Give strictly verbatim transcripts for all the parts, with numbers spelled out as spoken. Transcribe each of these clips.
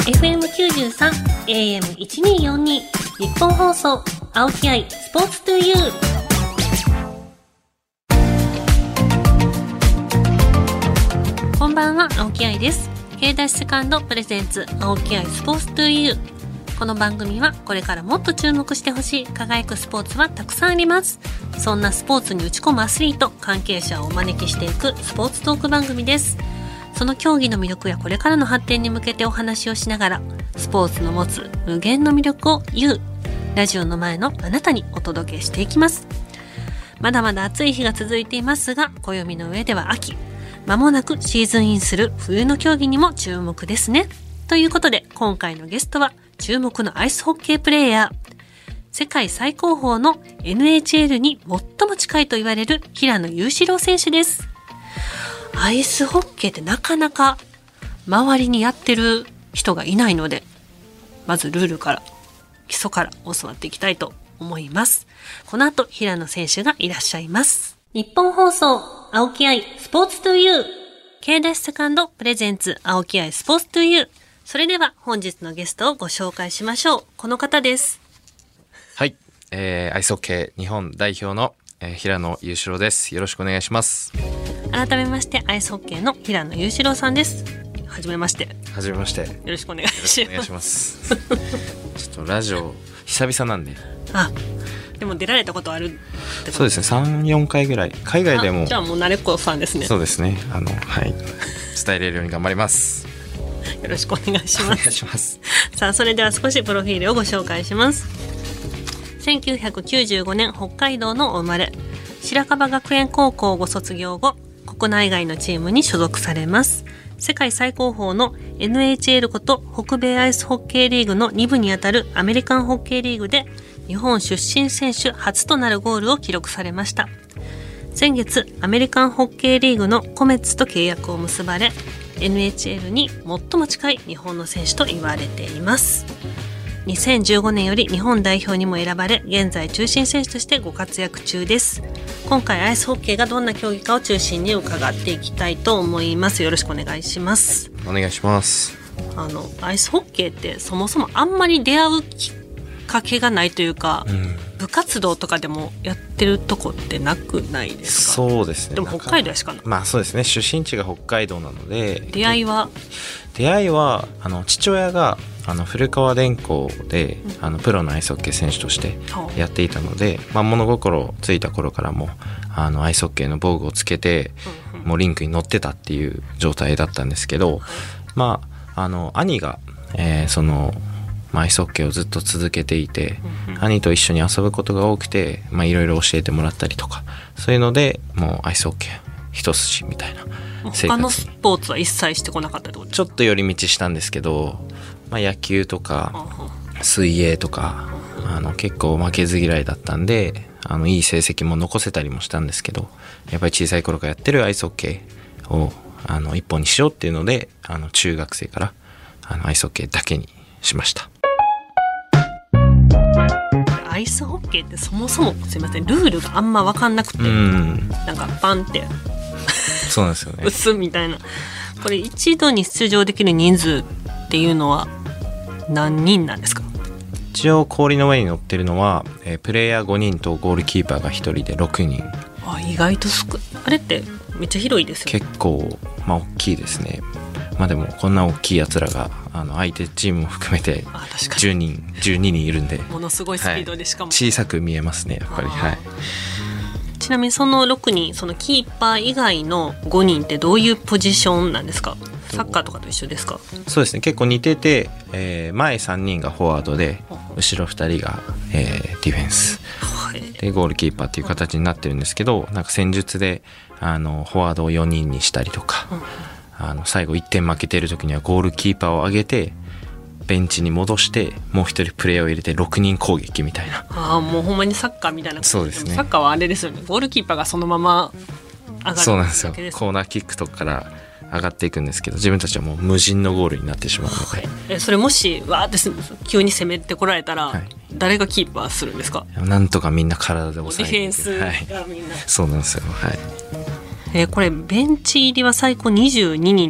エフエムきゅうじゅうさん エーエムせんにひゃくよんじゅうに 日本放送青木愛スポーツトゥユー。こんばんは、青木愛です。 K ダッシュセカンドプレゼンツ青木愛スポーツトゥユー。この番組はこれからもっと注目してほしい輝くスポーツはたくさんあります。そんなスポーツに打ち込むアスリート関係者をお招きしていくスポーツトーク番組です。その競技の魅力やこれからの発展に向けてお話をしながら、スポーツの持つ無限の魅力を言うラジオの前のあなたにお届けしていきます。まだまだ暑い日が続いていますが、暦の上では秋、間もなくシーズンインする冬の競技にも注目ですね。ということで今回のゲストは注目のアイスホッケープレーヤー、世界最高峰の エヌエイチエル に最も近いと言われる平野雄志郎選手です。アイスホッケーってなかなか周りにやってる人がいないので、まずルールから基礎から教わっていきたいと思います。この後平野選手がいらっしゃいます。日本放送青木愛スポーツトゥユー K ダッシュセカンドプレゼンツ青木愛スポーツトゥユー。それでは本日のゲストをご紹介しましょう。この方です。 はい、えー、アイスホッケー日本代表の、えー、平野雄志郎です。よろしくお願いします。 改めましてアイスホッケーの平野雄志郎さんです。はじめまして。 はじめまして。よろしくお願いします。 よろしくお願いします。ちょっとラジオ久々なんで。 あ、でも出られたことあるってこと？ そうですね、さん、よんかいぐらい海外でも。 じゃあもう慣れっこさんですね。 そうですね、あのはい伝えれるように頑張ります。 よろしくお願いします。 お願いします。 さあ、それでは少しプロフィールをご紹介します。せんきゅうひゃくきゅうじゅうごねん北海道のお生まれ、白樺学園高校をご卒業後、国内外のチームに所属されます。世界最高峰の エヌエイチエル こと北米アイスホッケーリーグのに部にあたるアメリカンホッケーリーグで日本出身選手初となるゴールを記録されました。先月アメリカンホッケーリーグのコメッツと契約を結ばれ、 エヌエイチエル に最も近い日本の選手と言われています。にせんじゅうごねんより日本代表にも選ばれ、現在中心選手としてご活躍中です。今回アイスホッケーがどんな競技かを中心に伺っていきたいと思います。よろしくお願いします。 お願いします。 あのアイスホッケーってそもそもあんまり出会うきっかけがないというか、うん、部活動とかでもやってるとこってなくないですか？ そうですね。 でも北海道やしかない。 まあそうですね、出身地が北海道なので。 出会いは出会いはあの父親があの古川電工で、うん、あのプロのアイスホッケー選手としてやっていたので、まあ、物心ついた頃からもあのアイスホッケーの防具をつけて、うんうん、もうリンクに乗ってたっていう状態だったんですけど、まあ、あの兄が、えー、その、まあ、アイスホッケーをずっと続けていて、うんうん、兄と一緒に遊ぶことが多くて、まあ、いろいろ教えてもらったりとか、そういうのでもうアイスホッケー一筋みたいな生活に。 他のスポーツは一切してこなかったってこと？ ちょっと寄り道したんですけど、まあ、野球とか水泳とかあの結構負けず嫌いだったんで、あのいい成績も残せたりもしたんですけど、やっぱり小さい頃からやってるアイスホッケーをあの一本にしようっていうので、あの中学生からあのアイスホッケーだけにしました。 アイスホッケーってそもそもすいませんルールがあんま分かんなくて、うんなんかパンってそうなんですよね打つみたいな。これ一度に出場できる人数っていうのは何人なんですか？ 一応氷の上に乗ってるのは、えー、プレイヤーごにんとゴールキーパーがひとりでろくにん。 あ、意外と少あれってめっちゃ広いですよね。 結構、まあ、大きいですね。まあでもこんな大きいやつらがあの相手チームも含めてじゅうにんじゅうににんいるんで、 ものすごいスピードで、しかも、 はい、小さく見えますねやっぱり、はい、 ちなみにそのろくにん、そのキーパー以外のごにんってどういうポジションなんですか？サッカーとかと一緒ですか？ そうですね、結構似てて、えー、前さんにんがフォワードで後ろふたりが、えー、ディフェンスでゴールキーパーっていう形になってるんですけど、なんか戦術であのフォワードをよにんにしたりとか、あの最後いってん負けてる時にはゴールキーパーを上げてベンチに戻してもう一人プレーを入れてろくにん攻撃みたいな。 ああ、もうほんまにサッカーみたいな。 そうですね。 サッカーはあれですよね、ゴールキーパーがそのまま上がるだけです。 そうなんですよ。コーナーキックとかから上がっていくんですけど、自分たちはもう無人のゴールになってしまうので、はい、 えそれもしわーって急に攻めてこられたら、はい、誰がキーパーするんですか？ なんとかみんな体で抑えて、 ディフェンスがみんな、 はい、そうなんですよ、はい。 えー、これベンチ入りは最高にじゅうににんっ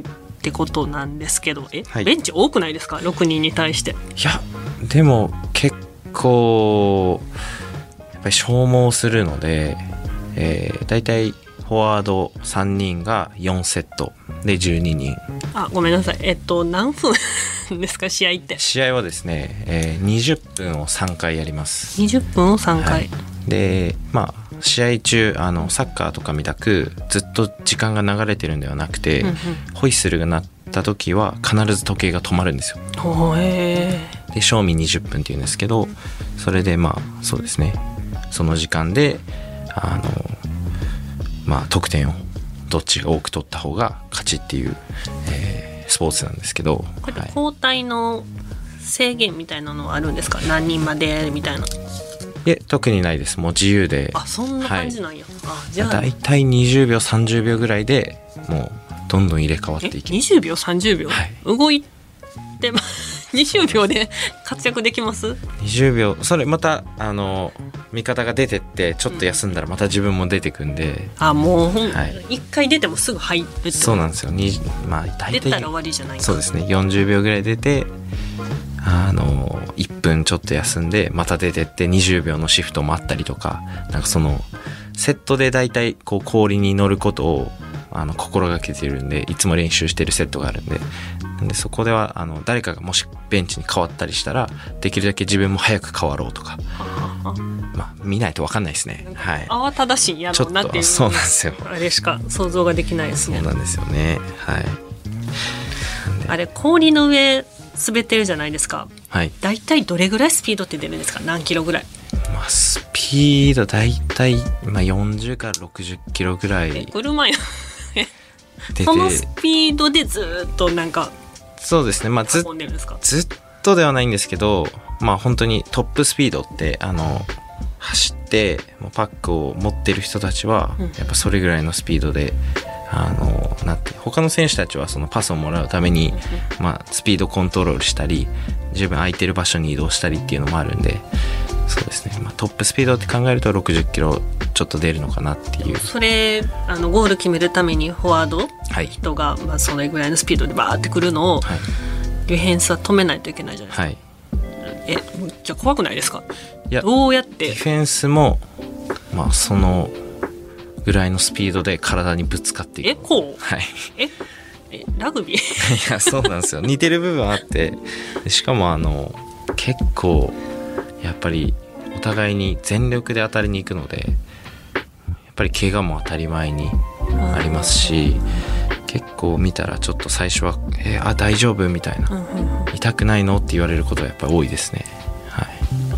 ってことなんですけど、え、 はい、 ベンチ多くないですか、ろくにんに対して。 いやでも結構やっぱり消耗するので、えー、だいたいフォワードさんにんがよんセットでじゅうににん。 あ、ごめんなさい、えっと何分ですか試合って。 試合はですね、えー、にじゅっぷんをさんかいやります。 にじゅっぷんをさんかい、はい、 でまあ試合中あのサッカーとかみたくずっと時間が流れてるんではなくて、うんうん、ホイッスルが鳴った時は必ず時計が止まるんですよ。 へー。 で賞味にじゅっぷんっていうんですけど、それでまあそうですね、その時間であのまあ得点をどっちが多く取った方が勝ちっていう、えー、スポーツなんですけど、 これ交代の制限みたいなのはあるんですか、はい、何人までみたいな。 いえ特にないです。もう自由で。 あ、そんな感じなんや、はい、あ、じゃあだいたいにじゅうびょうさんじゅうびょうぐらいでもうどんどん入れ替わっていきます。 にじゅうびょうさんじゅうびょう、はい、動いてにじゅうびょうで活躍できます？ にじゅうびょう、それまたあの味方が出てってちょっと休んだらまた自分も出てくんで、うん、 あ、もう、はい、いっかい出てもすぐ入るって。 そうなんですよ。に、まあ、大体出たら終わりじゃないか。 そうですね、よんじゅうびょうぐらい出てあのいっぷんちょっと休んでまた出てってにじゅうびょうのシフトもあったりとか、なんかそのセットで大体こう氷に乗ることをあの心がけているんで、いつも練習してるセットがあるんで、なんでそこではあの誰かがもしベンチに変わったりしたらできるだけ自分も早く変わろうとか、まあ見ないと分かんないですね。はい、 慌ただしいんやろうなっていう、 そうなんですよ。 あれしか想像ができないですね。 そうなんですよね。はい。 あれ氷の上滑ってるじゃないですか。 はい。 だいたいどれぐらいスピードって出るんですか？何キロぐらい？ まあ、スピードだいたい、まあ、よんじゅうからろくじゅっキロぐらい。 え、車やそのスピードでずっとなんかそうですね、まあ、ず, ずっとではないんですけど、まあ本当にトップスピードってあの走ってパックを持ってる人たちはやっぱそれぐらいのスピードで、うん、あのなって他の選手たちはそのパスをもらうために、まあ、スピードコントロールしたり十分空いてる場所に移動したりっていうのもあるんで、そうですね、まあ、トップスピードって考えるとろくじゅっキロちょっと出るのかなっていう。 それあのゴール決めるためにフォワード、はい、人が、まあ、それぐらいのスピードでバーってくるのを、はい、ディフェンスは止めないといけないじゃないですか、はい、えじゃあ怖くないですか？いやどうやってディフェンスも、まあ、そのぐらいのスピードで体にぶつかっていく。 えこう、 はい、 ええラグビーいやそうなんですよ、似てる部分あって、しかもあの結構やっぱりお互いに全力で当たりに行くので、やっぱり怪我も当たり前にありますし、結構見たらちょっと最初は「えー、あ大丈夫?」みたいな、痛くないのって言われることがやっぱり多いですね。はい、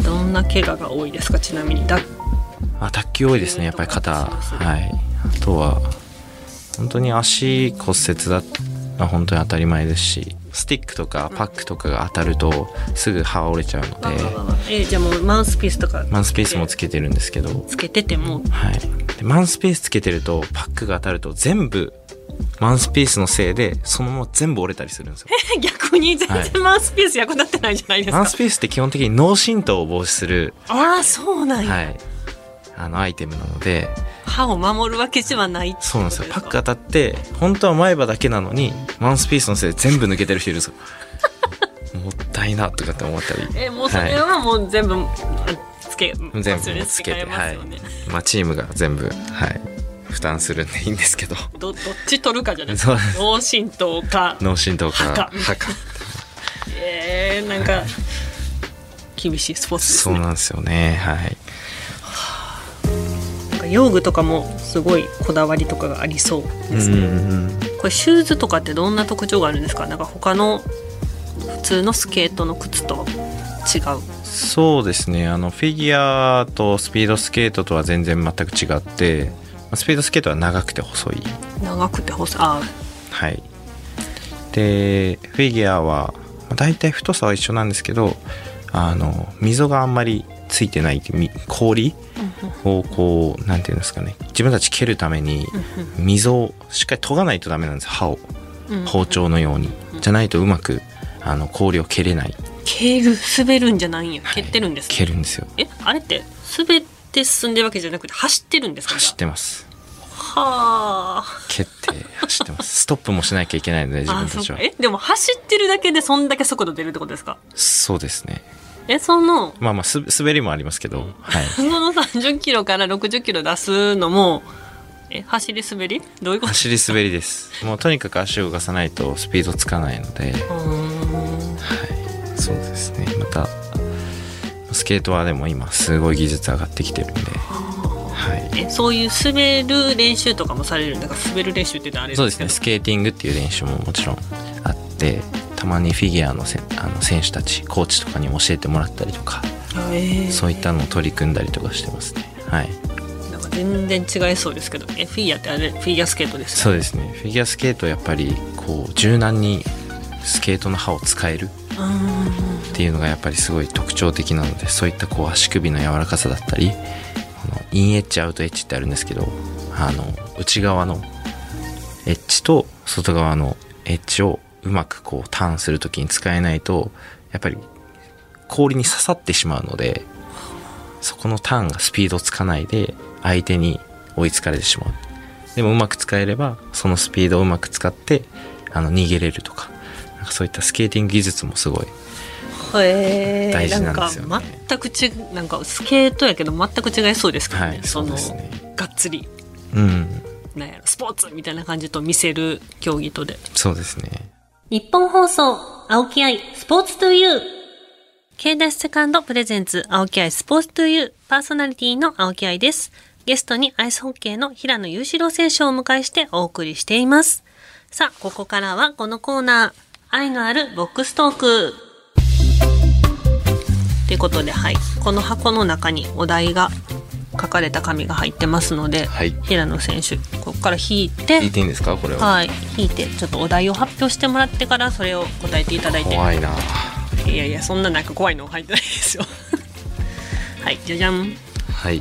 どんな怪我が多いですか？ちなみにだあ卓球多いですね、やっぱり肩。はい、あとは本当に足骨折だが本当に当たり前ですし、スティックとかパックとかが当たるとすぐ歯折れちゃうので、 えじゃあもうマウスピースとかマウスピースもつけてるんですけど、 つけてても、 はい、でマウスピースつけてるとパックが当たると全部マウスピースのせいでそのまま全部折れたりするんですよ。 逆に全然マウスピース役立ってないじゃないですか。 マウスピースって基本的に脳震盪を防止する、 ああそうなんや、 はい、あのアイテムなので、 歯を守るわけではない。 そうなんですよ。パック当たって本当は前歯だけなのにマウスピースのせいで全部抜けてる人いるんですよもったいなとかって思ったり、 えもうそれはもう全部つけ、 はい、全部つけて、はい、まあ、チームが全部、はい、負担するんでいいんですけど、 ど, どっち取るかじゃないですか。脳震盪か脳震盪か歯かえー、なんか厳しいスポーツですね。 そうなんですよね。はい、 用具とかもすごいこだわりとかがありそうですね。うんうん、これシューズとかってどんな特徴があるんですか？なんか他の普通のスケートの靴と違う？ そうですね、あのフィギュアとスピードスケートとは全然全く違って、スピードスケートは長くて細い。 長くて細い。あ、 はい。でフィギュアはだいたい太さは一緒なんですけど、あの溝があんまりついてないっていう氷をこうなんていうんですかね、自分たち蹴るために溝をしっかり研がないとダメなんですよ、刃を包丁のように。じゃないとうまくあの氷を蹴れない。 蹴る滑るんじゃないんや、蹴ってるんです、 ね、はい、蹴るんですよ。 えあれって滑って進んでるわけじゃなくて走ってるんですか？ 走ってます。 はあ。 蹴って走ってます。ストップもしなきゃいけないので自分たちは。 え、でも走ってるだけでそんだけ速度出るってことですか？ そうですね。 え、そのまあまあす滑りもありますけど、はい。 そのさんじゅっキロからろくじゅっキロ出すのもえ走り滑りどういうこと？ 走り滑りです。もうとにかく足を動かさないとスピードつかないので、はい、そうですね。またスケートはでも今すごい技術上がってきてるんで、はい、 えそういう滑る練習とかもされるんだから滑る練習って言ったらあれですけど、 そうですね。スケーティングっていう練習ももちろんあって、たまにフィギュアのせあの選手たちコーチとかに教えてもらったりとか、そういったのを取り組んだりとかしてますね。はい。 なんか全然違いそうですけど、えフィギュアってあれフィギュアスケートですか？ そうですね。フィギュアスケートやっぱりこう柔軟にスケートの刃を使えるっていうのがやっぱりすごい特徴的なので、そういったこう足首の柔らかさだったり、このインエッジアウトエッジってあるんですけど、あの内側のエッジと外側のエッジをうまくこうターンするときに使えないとやっぱり氷に刺さってしまうので、そこのターンがスピードつかないで相手に追いつかれてしまう。でもうまく使えればそのスピードをうまく使ってあの逃げれるとか、なんかそういったスケーティング技術もすごい大事なんですよね。 なんか全くちなんかスケートやけど全く違いそうですけどね。はい、 そうですね。 そのがっつり、 うん、 なんやろスポーツみたいな感じと見せる競技とで。 そうですね。 日本放送青木愛スポーツトゥユー、 K ダッシュセカンドプレゼンツ青木愛スポーツトゥユー、パーソナリティの青木愛です。ゲストにアイスホッケーの平野雄志郎選手をお迎えしてお送りしています。さあここからはこのコーナー、愛のあるボックストークということで、はい、この箱の中にお題が書かれた紙が入ってますので、はい、平野選手ここから引いて引いていいんですかこれは？ はい、引いてちょっとお題を発表してもらってからそれを答えていただいて。 怖いな。 いやいやそんななんか怖いの入ってないですよはい、じゃじゃん。 はい、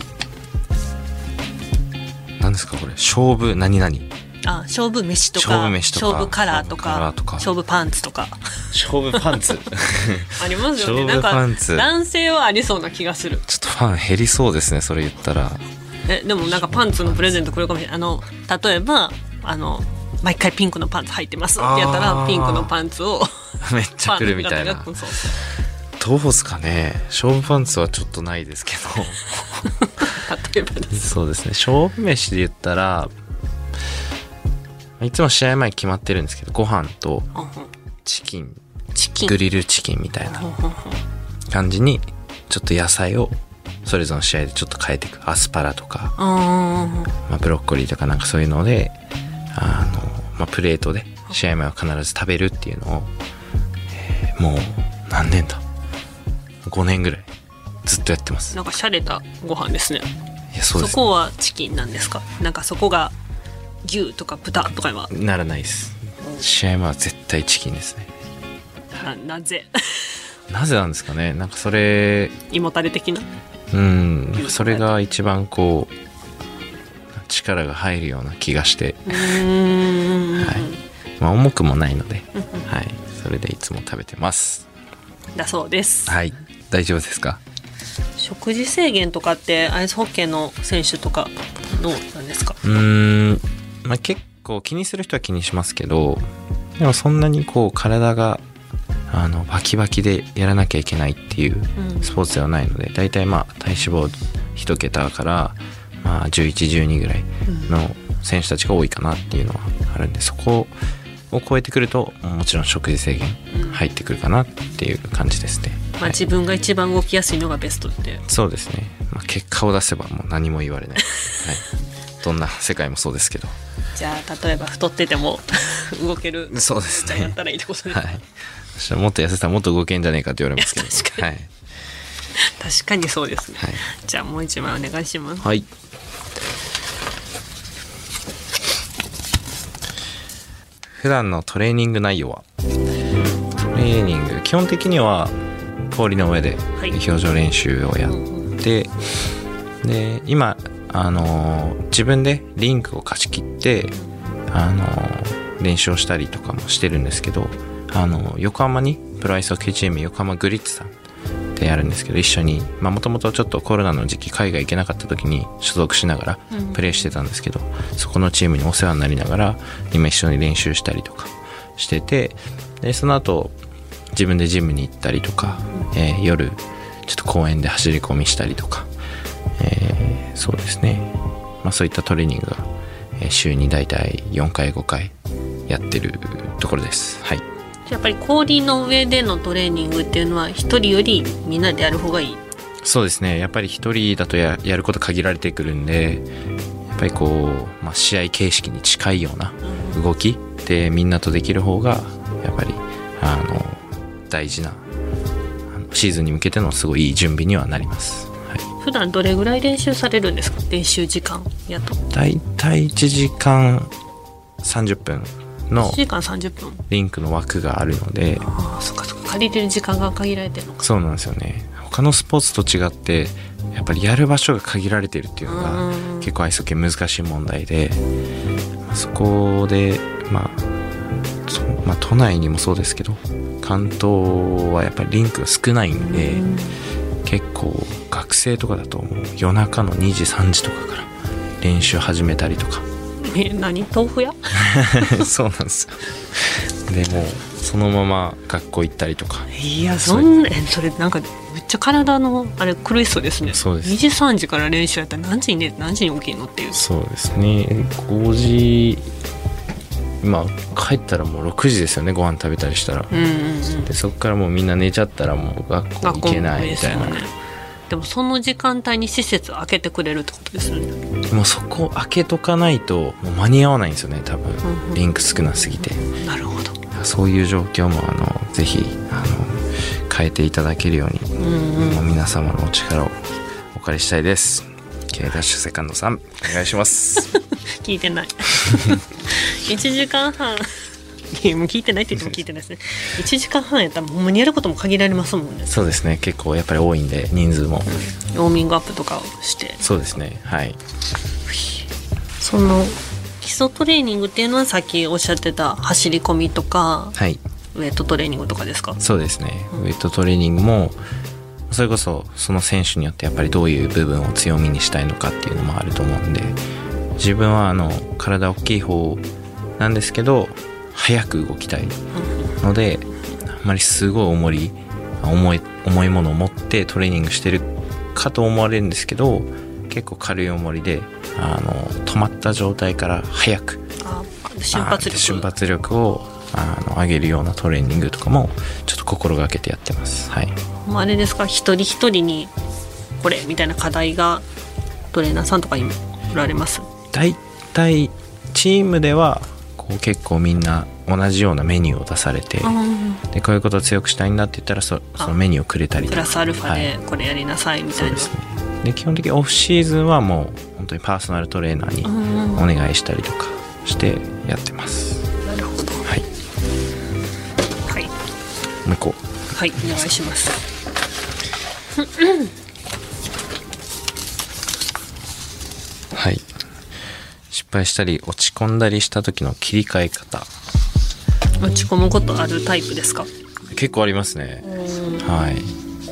何ですかこれ？勝負何々？ あ、勝負飯とか勝負飯とか勝負カラーとか、 カラーとか勝負パンツとか勝負パンツありますよね。 勝負パンツ、 なんか男性はありそうな気がする。 ちょっとファン減りそうですねそれ言ったら。 えでもなんかパンツのプレゼントくれるかもしれない。あの例えばあの毎回ピンクのパンツ履いてますってやったらピンクのパンツをめっちゃくるみたいな。 そうそうどうですかね。勝負パンツはちょっとないですけど例えばですそうですね。勝負飯で言ったらいつも試合前決まってるんですけど、ご飯とチキン、 チキングリルチキンみたいな感じにちょっと野菜をそれぞれの試合でちょっと変えていく。アスパラとか、まあ、ブロッコリーとかなんかそういうのであの、まあ、プレートで試合前は必ず食べるっていうのを、えー、もう何年だごねんぐらいずっとやってます。 なんか洒落たご飯ですね。 いやそうですね。 そこはチキンなんですか？なんかそこが牛とか豚とかはならないです。試合前は絶対チキンですね。 な, なぜなぜなんですかね。なんかそれ胃もたれ的な、 うんそれが一番こう力が入るような気がして、うーん、はい、まあ、重くもないので、はい、それでいつも食べてますだそうです。 はい、大丈夫ですか？ 食事制限とかってアイスホッケーの選手とかどうなんですか？ うーん、まあ、結構気にする人は気にしますけど、でもそんなにこう体があのバキバキでやらなきゃいけないっていうスポーツではないので、だいたいまあ体脂肪一桁からまあじゅういち、じゅうにぐらいの選手たちが多いかなっていうのはあるんで、そこを超えてくるともちろん食事制限入ってくるかなっていう感じですね。 まあ、自分が一番動きやすいのがベストって。 そうですね、まあ、結果を出せばもう何も言われない、はい、どんな世界もそうですけど。 じゃあ例えば太ってても動けるそうですね、 やったらいいってことです、 はい、そしたらもっと痩せたらもっと動けんじゃねえかって言われますけど。 確かに、はい、確かにそうですね、はい、じゃあもう一枚お願いします。 はい、普段のトレーニング内容は？トレーニング基本的には氷の上で表情練習をやって、はい、で今あの自分でリンクを貸し切ってあの練習をしたりとかもしてるんですけど、あの横浜にプロアイスホッケーチーム横浜グリッツさんっでやるんですけど、一緒にもともとちょっとコロナの時期海外行けなかった時に所属しながらプレーしてたんですけど、うん、そこのチームにお世話になりながら今一緒に練習したりとかしてて、でその後自分でジムに行ったりとか、えー、夜ちょっと公園で走り込みしたりとか、えー、そうですね、まあ、そういったトレーニングが週にだいたいよんかいごかいやってるところです。はい。 やっぱり氷の上でのトレーニングっていうのは一人よりみんなでやる方がいい？ そうですね、やっぱり一人だと や, やること限られてくるんで、やっぱりこう、まあ、試合形式に近いような動きでみんなとできる方がやっぱりあの大事なシーズンに向けてのすごいいい準備にはなります。はい、 普段どれぐらい練習されるんですか？練習時間やとだいたいいちじかんさんじゅっぷんのいちじかんさんじゅっぷんリンクの枠があるので、 ああ、そっかそっか、借りてる時間が限られてるのか。 そうなんですよね。他のスポーツと違ってやっぱりやる場所が限られてるっていうのが結構アイスホッケー難しい問題で、そこでまあ、まあ、都内にもそうですけど関東はやっぱりリンクが少ないんで、結構学生とかだともう夜中のにじさんじとかから練習始めたりとか。 え、何、豆腐屋？ そうなんですよ。でもそのまま学校行ったりとか。 いや、そんな、それなんかめっちゃ体のあれ苦しそうですね。 そうです。 にじさんじから練習やったら何時に寝て何時に起きるのっていう。 そうですね、ごじ、まあ帰ったらもうろくじですよね、ご飯食べたりしたら、うんうんうん、でそこからもうみんな寝ちゃったらもう学校行けないみたいな。 でもその時間帯に施設開けてくれるってことですよね。 もうそこ開けとかないともう間に合わないんですよね、多分、うんうん、リンク少なすぎて。 なるほど。 そういう状況もあのぜひあの変えていただけるように、うんうん、皆様のお力をお借りしたいです。 K ダッシュセカンドさんお願いします聞いてないいちじかんはんいや、もう聞いてないって言っても聞いてないですね。いちじかんはんやったらほんまにやることも限られますもんね。 そうですね、結構やっぱり多いんで人数も、 うん、ウォーミングアップとかをして。 そうですね、はい。 その基礎トレーニングっていうのはさっきおっしゃってた走り込みとか、 はい、 ウェイトトレーニングとかですか？ そうですね、うん、ウェイトトレーニングもそれこそその選手によってやっぱりどういう部分を強みにしたいのかっていうのもあると思うんで、自分はあの体大きい方なんですけど早く動きたいので、あんまりすごい重い重い重いものを持ってトレーニングしてるかと思われるんですけど、結構軽い重りであの止まった状態から早くあ瞬発力瞬発力をあの上げるようなトレーニングとかもちょっと心がけてやってます。はい。 あれですか、一人一人にこれみたいな課題がトレーナーさんとかにおられます？ だいたいチームではこう結構みんな同じようなメニューを出されて、でこういうことを強くしたいんだって言ったら そ, そのメニューをくれたりとか、 プラスアルファでこれやりなさいみたいな、はい、そうですね。 で基本的にオフシーズンはもう本当にパーソナルトレーナーにお願いしたりとかしてやってます。 なるほど。 はい、 はい、 もう一個はいお願いしますはい、失敗したり落ち込んだりした時の切り替え方。 落ち込むことあるタイプですか？ 結構ありますね。はい。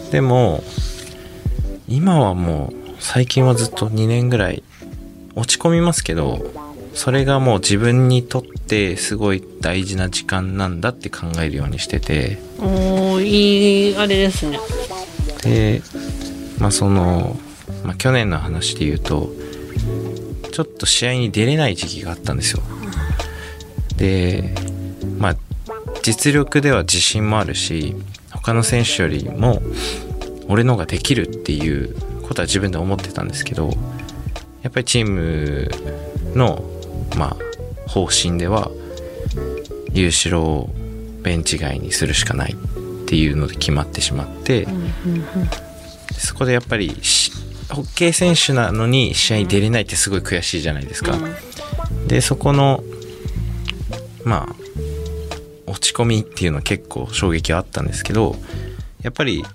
でも今はもう最近はずっとにねんぐらい落ち込みますけど、それがもう自分にとってすごい大事な時間なんだって考えるようにしてて。 おー、いいあれですね。 でまあその、まあ、去年の話で言うとちょっと試合に出れない時期があったんですよ。でまあ実力では自信もあるし他の選手よりも俺のができるっていうことは自分で思ってたんですけど、やっぱりチームのまあ方針では優勝をベンチ外にするしかないっていうので決まってしまって、うんうんうん、そこでやっぱりホッケー選手なのに試合に出れないってすごい悔しいじゃないですか、うん、でそこのまあ落ち込みっていうのは結構衝撃はあったんですけど、やっぱり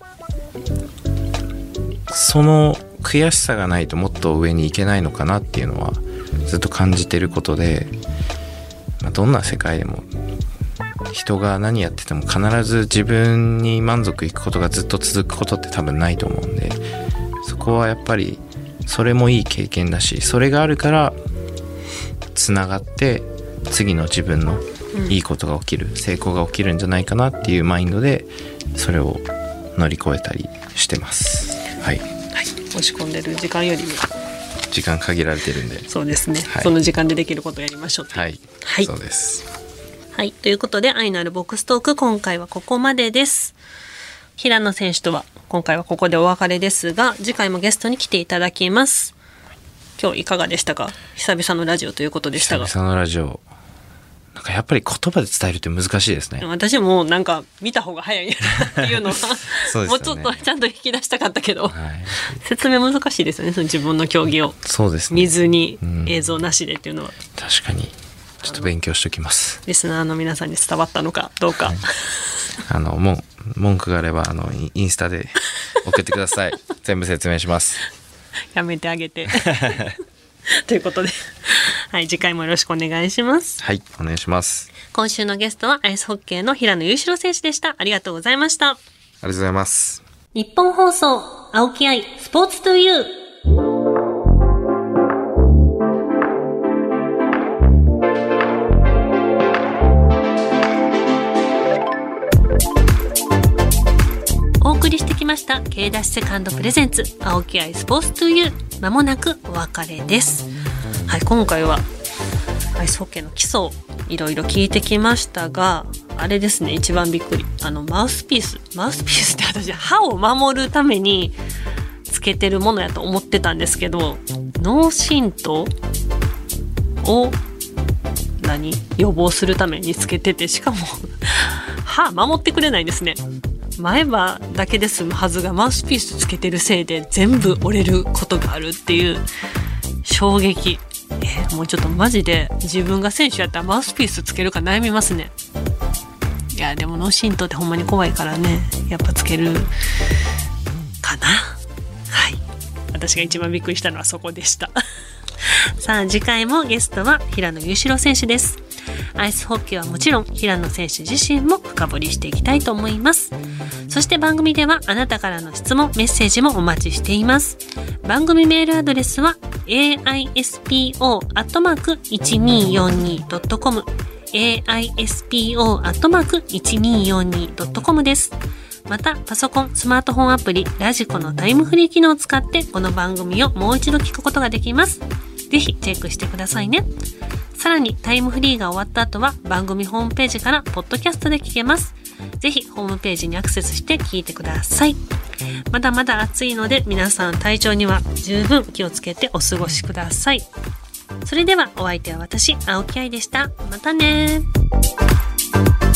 その悔しさがないともっと上に行けないのかなっていうのはずっと感じてることで、まあ、どんな世界でも人が何やってても必ず自分に満足いくことがずっと続くことって多分ないと思うんで、そこはやっぱりそれもいい経験だし、それがあるからつながって次の自分のいいことが起きる、成功が起きるんじゃないかなっていうマインドでそれを乗り越えたりしてます。はい、はい、 押し込んでる時間よりも時間限られてるんで、 そうですね、 はい、 その時間でできることをやりましょう。 はい、はい、そうです。 はい、ということで愛のあるボックストーク、今回はここまでです。平野選手とは今回はここでお別れですが、次回もゲストに来ていただきます。今日いかがでしたか？久々のラジオということでしたが。 久々のラジオ、なんかやっぱり言葉で伝えるって難しいですね。 私もなんか見た方が早いっていうのはそうですよね、 もうちょっとちゃんと引き出したかったけど、 はい、 説明難しいですよね、その自分の競技を。 そうですね、 水に映像なしでっていうのは、うん、 確かにちょっと勉強しておきます。 リスナーの皆さんに伝わったのかどうか、はい、 あのも文句があればあのインスタで送ってください全部説明します。 やめてあげてということで、はい、次回もよろしくお願いします。 はい、お願いします。 今週のゲストはアイスホッケーの平野裕次郎選手でした。ありがとうございました。ありがとうございます。 日本放送青木愛スポーツトゥユー。お送りしてきました K ダッシュセカンドプレゼンツ青木愛スポーツトゥユー、まもなくお別れです。はい、今回はアイスホッケーの基礎をいろいろ聞いてきましたが、あれですね、一番びっくり、あのマウスピースマウスピースって私歯を守るためにつけてるものやと思ってたんですけど、脳震盪を何予防するためにつけてて、しかも歯守ってくれないんですね。前歯だけで済むはずがマウスピースつけてるせいで全部折れることがあるっていう衝撃。えー、もうちょっとマジで自分が選手やったらマウスピースつけるか悩みますね。いやでも脳震盪ってほんまに怖いからね、やっぱつけるかな。はい、私が一番びっくりしたのはそこでしたさあ次回もゲストは平野裕次郎選手です。アイスホッケーはもちろん平野選手自身も深掘りしていきたいと思います。そして番組ではあなたからの質問メッセージもお待ちしています。番組メールアドレスは エーアイエスピーオー アットマーク いちにーよんにー ドットコム エーアイエスピーオー アットマーク いちにーよんにー ドットコム です。またパソコンスマートフォンアプリラジコのタイムフリー機能を使ってこの番組をもう一度聞くことができます。ぜひチェックしてくださいね。さらにタイムフリーが終わった後は番組ホームページからポッドキャストで聞けます。ぜひホームページにアクセスして聞いてください。まだまだ暑いので皆さん体調には十分気をつけてお過ごしください。それではお相手は私青木愛でした。またね。